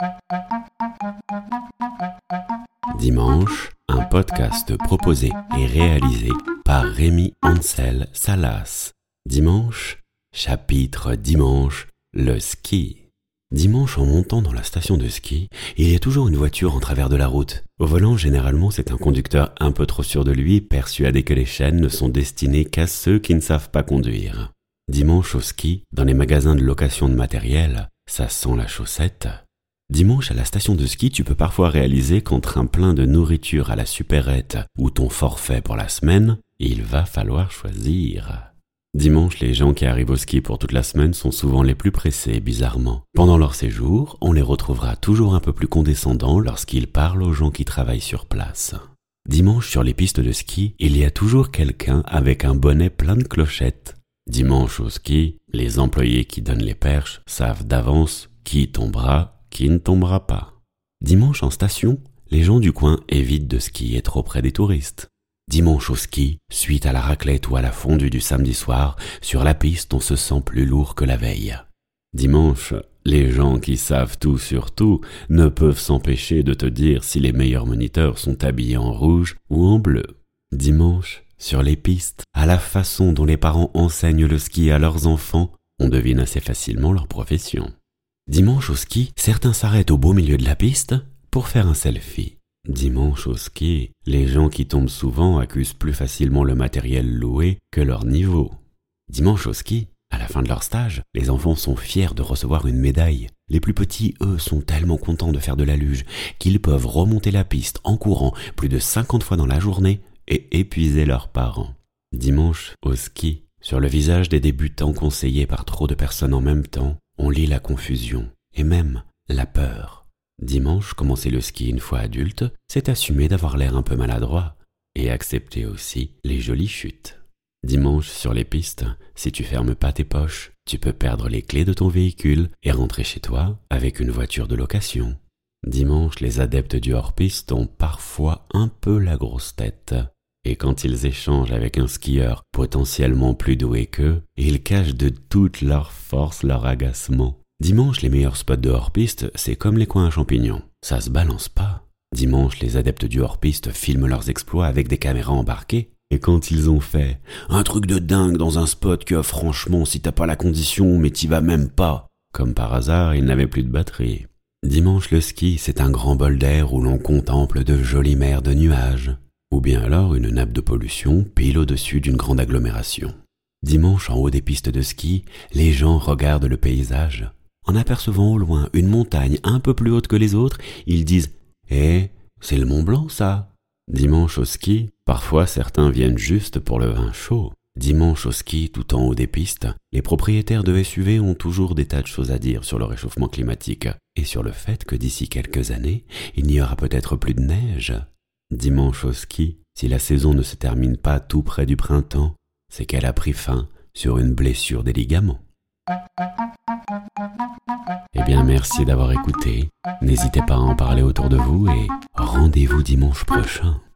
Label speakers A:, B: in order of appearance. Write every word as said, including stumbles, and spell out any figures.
A: Dimanche, un podcast proposé et réalisé par Rémi Ansel Salas. Dimanche, chapitre dimanche, le ski. Dimanche, en montant dans la station de ski, il y a toujours une voiture en travers de la route. Au volant, généralement, c'est un conducteur un peu trop sûr de lui, persuadé que les chaînes ne sont destinées qu'à ceux qui ne savent pas conduire. Dimanche au ski, dans les magasins de location de matériel, ça sent la chaussette. Dimanche, à la station de ski, tu peux parfois réaliser qu'entre un plein de nourriture à la supérette ou ton forfait pour la semaine, il va falloir choisir. Dimanche, les gens qui arrivent au ski pour toute la semaine sont souvent les plus pressés, bizarrement. Pendant leur séjour, on les retrouvera toujours un peu plus condescendants lorsqu'ils parlent aux gens qui travaillent sur place. Dimanche, sur les pistes de ski, il y a toujours quelqu'un avec un bonnet plein de clochettes. Dimanche au ski, les employés qui donnent les perches savent d'avance qui tombera, qui ne tombera pas. Dimanche en station, les gens du coin évitent de skier trop près des touristes. Dimanche au ski, suite à la raclette ou à la fondue du samedi soir, sur la piste on se sent plus lourd que la veille. Dimanche, les gens qui savent tout sur tout ne peuvent s'empêcher de te dire si les meilleurs moniteurs sont habillés en rouge ou en bleu. Dimanche, sur les pistes, à la façon dont les parents enseignent le ski à leurs enfants, on devine assez facilement leur profession. Dimanche au ski, certains s'arrêtent au beau milieu de la piste pour faire un selfie. Dimanche au ski, les gens qui tombent souvent accusent plus facilement le matériel loué que leur niveau. Dimanche au ski, à la fin de leur stage, les enfants sont fiers de recevoir une médaille. Les plus petits, eux, sont tellement contents de faire de la luge qu'ils peuvent remonter la piste en courant plus de cinquante fois dans la journée et épuiser leurs parents. Dimanche au ski, sur le visage des débutants conseillés par trop de personnes en même temps, on lit la confusion et même la peur. Dimanche, commencer le ski une fois adulte, c'est assumer d'avoir l'air un peu maladroit et accepter aussi les jolies chutes. Dimanche, sur les pistes, si tu fermes pas tes poches, tu peux perdre les clés de ton véhicule et rentrer chez toi avec une voiture de location. Dimanche, les adeptes du hors-piste ont parfois un peu la grosse tête. Et quand ils échangent avec un skieur potentiellement plus doué qu'eux, ils cachent de toute leur force leur agacement. Dimanche, les meilleurs spots de hors-piste, c'est comme les coins à champignons. Ça se balance pas. Dimanche, les adeptes du hors-piste filment leurs exploits avec des caméras embarquées. Et quand ils ont fait un truc de dingue dans un spot que, franchement, si t'as pas la condition, mais t'y vas même pas. Comme par hasard, ils n'avaient plus de batterie. Dimanche, le ski, c'est un grand bol d'air où l'on contemple de jolies mers de nuages. Ou bien alors une nappe de pollution pile au-dessus d'une grande agglomération. Dimanche, en haut des pistes de ski, les gens regardent le paysage. En apercevant au loin une montagne un peu plus haute que les autres, ils disent « Eh, c'est le Mont Blanc, ça !» Dimanche au ski, parfois certains viennent juste pour le vin chaud. Dimanche au ski, tout en haut des pistes, les propriétaires de S U V ont toujours des tas de choses à dire sur le réchauffement climatique et sur le fait que d'ici quelques années, il n'y aura peut-être plus de neige. Dimanche au ski, si la saison ne se termine pas tout près du printemps, c'est qu'elle a pris fin sur une blessure des ligaments. Eh bien, merci d'avoir écouté. N'hésitez pas à en parler autour de vous et rendez-vous dimanche prochain.